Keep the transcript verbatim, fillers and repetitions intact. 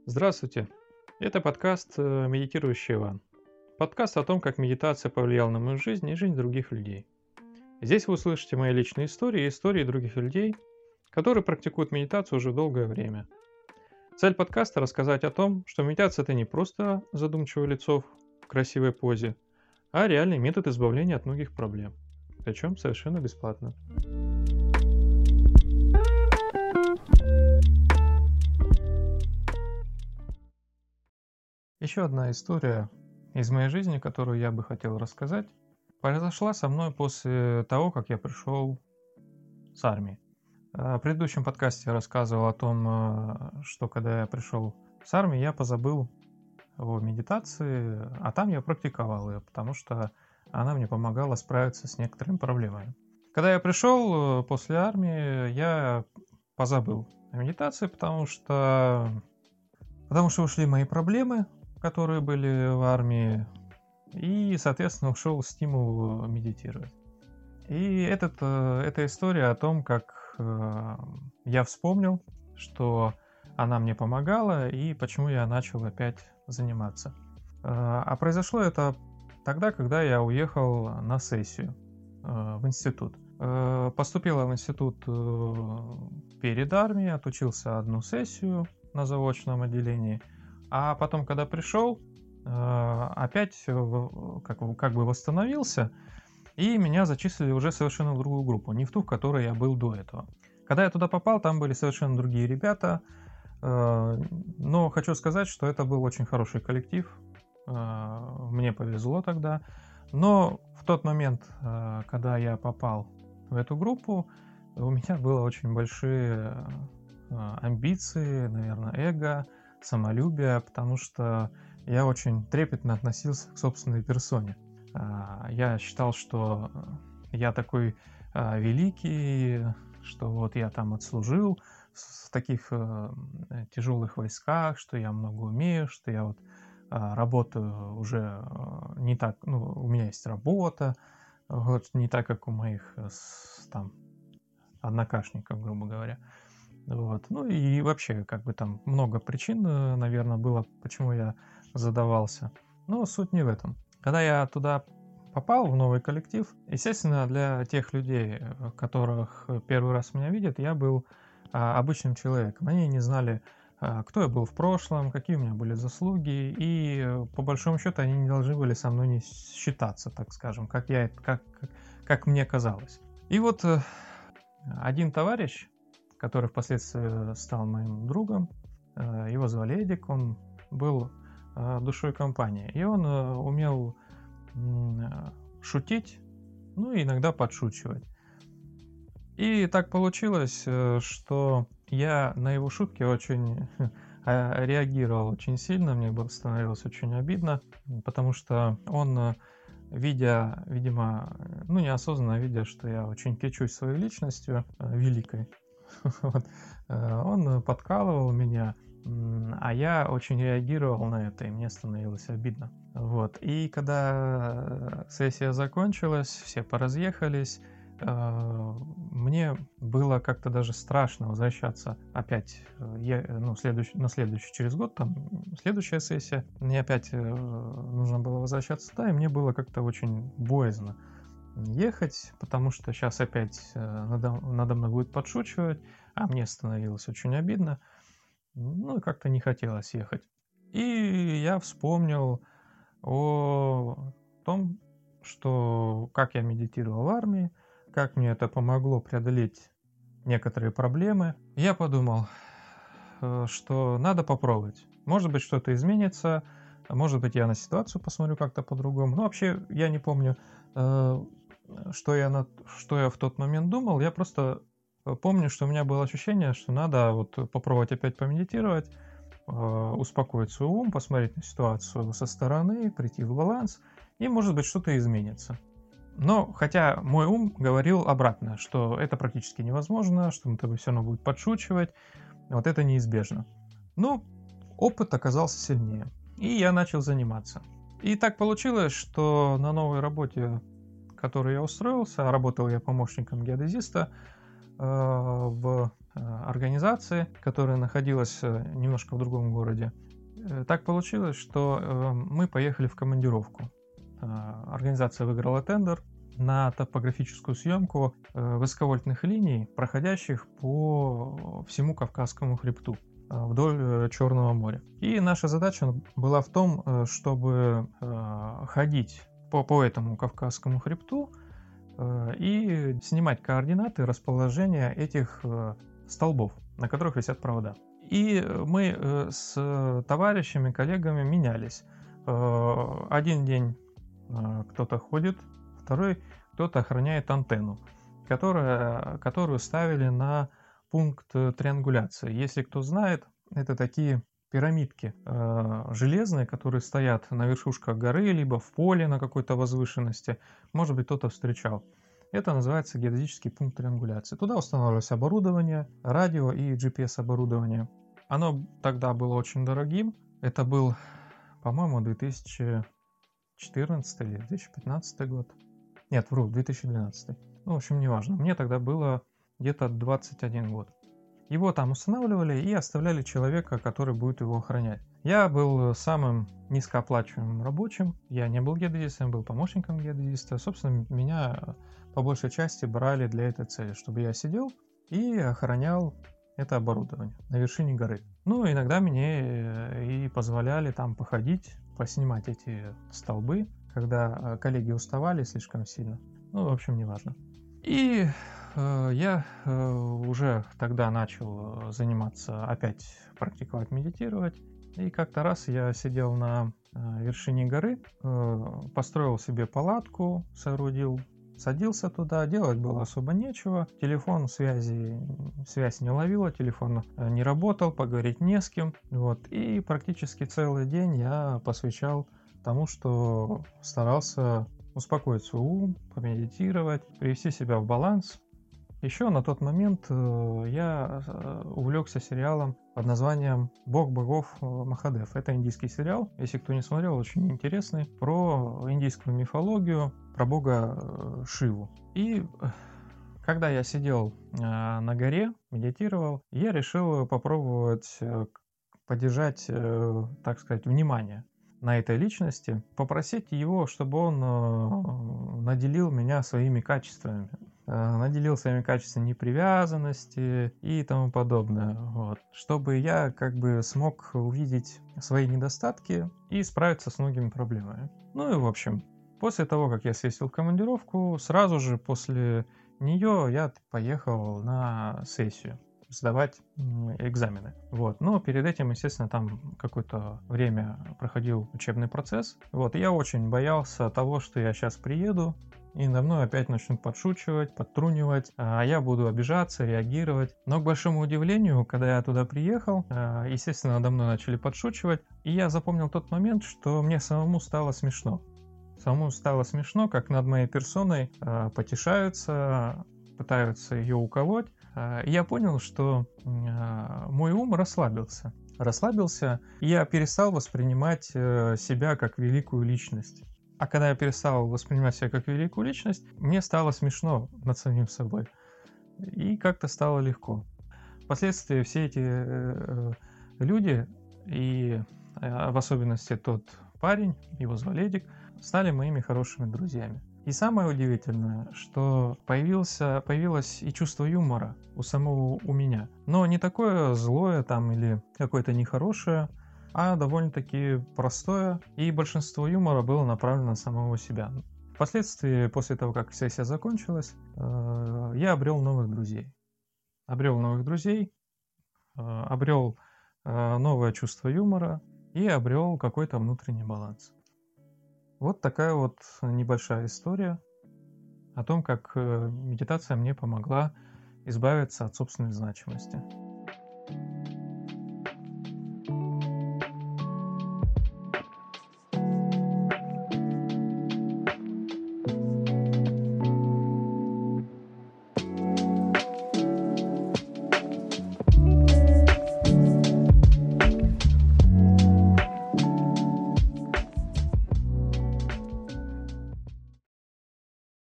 Здравствуйте! Это подкаст э, «Медитирующий Иван». Подкаст о том, как медитация повлияла на мою жизнь и жизнь других людей. Здесь вы услышите мои личные истории и истории других людей, которые практикуют медитацию уже долгое время. Цель подкаста – рассказать о том, что медитация – это не просто задумчивое лицо в красивой позе, а реальный метод избавления от многих проблем. Причем совершенно бесплатно. Еще одна история из моей жизни, которую я бы хотел рассказать, произошла со мной после того, как я пришел с армии. В предыдущем подкасте я рассказывал о том, что когда я пришел с армии, я позабыл о медитации, а там я практиковал ее, потому что она мне помогала справиться с некоторыми проблемами. Когда я пришел после армии, я позабыл о медитации, потому что, потому что ушли мои проблемы, которые были в армии, и, соответственно, ушел стимул медитировать. И этот, эта история о том, как я вспомнил, что она мне помогала, и почему я начал опять заниматься. А произошло это тогда, когда я уехал на сессию в институт. Поступил в институт перед армией, отучился одну сессию на заочном отделении, а потом, когда пришел, опять как, как бы восстановился, и меня зачислили уже совершенно в другую группу, не в ту, в которой я был до этого. Когда я туда попал, там были совершенно другие ребята, но хочу сказать, что это был очень хороший коллектив, мне повезло тогда, но в тот момент, когда я попал в эту группу, у меня было очень большие амбиции, наверное, эго, самолюбие, потому что я очень трепетно относился к собственной персоне. Я считал, что я такой великий, что вот я там отслужил в таких тяжелых войсках, что я много умею, что я вот работаю уже не так, ну, у меня есть работа, вот, не так, как у моих там однокашников, грубо говоря. Вот. Ну и вообще, как бы там много причин, наверное, было, почему я задавался. Но суть не в этом. Когда я туда попал, в новый коллектив, естественно, для тех людей, которых первый раз меня видят, я был а, обычным человеком. Они не знали, а, кто я был в прошлом, какие у меня были заслуги, и по большому счету они не должны были со мной не считаться, так скажем, как, я, как, как, как мне казалось. И вот один товарищ, который впоследствии стал моим другом, его звали Эдик, он был душой компании, и он умел шутить, ну и иногда подшучивать. И так получилось, что я на его шутки очень реагировал очень сильно, мне было становилось очень обидно, потому что он, видя, видимо, ну неосознанно видя, что я очень кичусь своей личностью великой, вот, он подкалывал меня, а я очень реагировал на это, и мне становилось обидно. Вот. И когда сессия закончилась, все поразъехались, мне было как-то даже страшно возвращаться опять, я, ну, следующий, на следующий, через год, там, следующая сессия, мне опять нужно было возвращаться туда, и мне было как-то очень боязно ехать, потому что сейчас опять надо, надо мной будет подшучивать, а мне становилось очень обидно, ну и как-то не хотелось ехать. И я вспомнил о том, что как я медитировал в армии, как мне это помогло преодолеть некоторые проблемы. Я подумал, что надо попробовать. Может быть, что-то изменится, может быть, я на ситуацию посмотрю как-то по-другому. Но вообще я не помню, что я, на, что я в тот момент думал. Я просто помню, что у меня было ощущение, что надо вот попробовать опять помедитировать, успокоить свой ум, посмотреть на ситуацию со стороны, прийти в баланс, и, может быть, что-то изменится. Но, хотя мой ум говорил обратно, что это практически невозможно, что он все равно будет подшучивать, вот это неизбежно. Но опыт оказался сильнее, и я начал заниматься. И так получилось, что на новой работе, в которой я устроился, а работал я помощником геодезиста, в организации, которая находилась немножко в другом городе. Так получилось, что мы поехали в командировку. Организация выиграла тендер на топографическую съемку высоковольтных линий, проходящих по всему Кавказскому хребту вдоль Черного моря. И наша задача была в том, чтобы ходить по, по этому Кавказскому хребту и снимать координаты расположения этих столбов, на которых висят провода. И мы с товарищами, коллегами менялись. Один день кто-то ходит, второй кто-то охраняет антенну, которая, которую ставили на пункт триангуляции. Если кто знает, это такие пирамидки э, железные, которые стоят на вершушках горы, либо в поле на какой-то возвышенности. Может быть, кто-то встречал. Это называется геодезический пункт триангуляции. Туда устанавливалось оборудование, радио и джи пи эс-оборудование. Оно тогда было очень дорогим. Это был, по-моему, две тысячи четырнадцатый или две тысячи пятнадцатый год. Нет, вру, две тысячи двенадцатый. Ну, в общем, неважно. Мне тогда было где-то двадцать один год. Его там устанавливали и оставляли человека, который будет его охранять. Я был самым низкооплачиваемым рабочим. Я не был геодезистом, я был помощником геодезиста. Собственно, меня по большей части брали для этой цели, чтобы я сидел и охранял это оборудование на вершине горы. Ну, иногда мне и позволяли там походить, поснимать эти столбы, когда коллеги уставали слишком сильно. Ну, в общем, неважно. И э, я э, уже тогда начал заниматься, опять практиковать, медитировать. И как-то раз я сидел на э, вершине горы, э, построил себе палатку, соорудил, садился туда, делать было особо нечего. Телефон связи, связь не ловила, телефон не работал, поговорить не с кем. Вот. И практически целый день я посвящал тому, что старался успокоить свой ум, помедитировать, привести себя в баланс. Еще на тот момент я увлекся сериалом под названием «Бог богов Махадев». Это индийский сериал, если кто не смотрел, очень интересный, про индийскую мифологию, про бога Шиву. И когда я сидел на горе, медитировал, я решил попробовать поддержать, так сказать, внимание на этой личности, попросить его, чтобы он наделил меня своими качествами, наделил своими качествами непривязанности и тому подобное, вот, чтобы я как бы смог увидеть свои недостатки и справиться с многими проблемами. Ну и в общем, после того, как я съездил в командировку, сразу же после нее я поехал на сессию сдавать экзамены. Вот. Но перед этим, естественно, там какое-то время проходил учебный процесс. Вот. И я очень боялся того, что я сейчас приеду, и надо мной опять начнут подшучивать, подтрунивать, а я буду обижаться, реагировать. Но, к большому удивлению, когда я туда приехал, естественно, надо мной начали подшучивать, и я запомнил тот момент, что мне самому стало смешно. Самому стало смешно, как над моей персоной потешаются, пытаются ее уколоть. И я понял, что мой ум расслабился. Расслабился, и я перестал воспринимать себя как великую личность. А когда я перестал воспринимать себя как великую личность, мне стало смешно над самим собой. И как-то стало легко. Впоследствии все эти люди, и в особенности тот парень, его звали Эдик, стали моими хорошими друзьями. И самое удивительное, что появился, появилось и чувство юмора у самого у меня. Но не такое злое там или какое-то нехорошее, а довольно-таки простое. И большинство юмора было направлено на самого себя. Впоследствии, после того, как сессия закончилась, я обрел новых друзей. Обрел новых друзей, обрел новое чувство юмора и обрел какой-то внутренний баланс. Вот такая вот небольшая история о том, как медитация мне помогла избавиться от собственной значимости.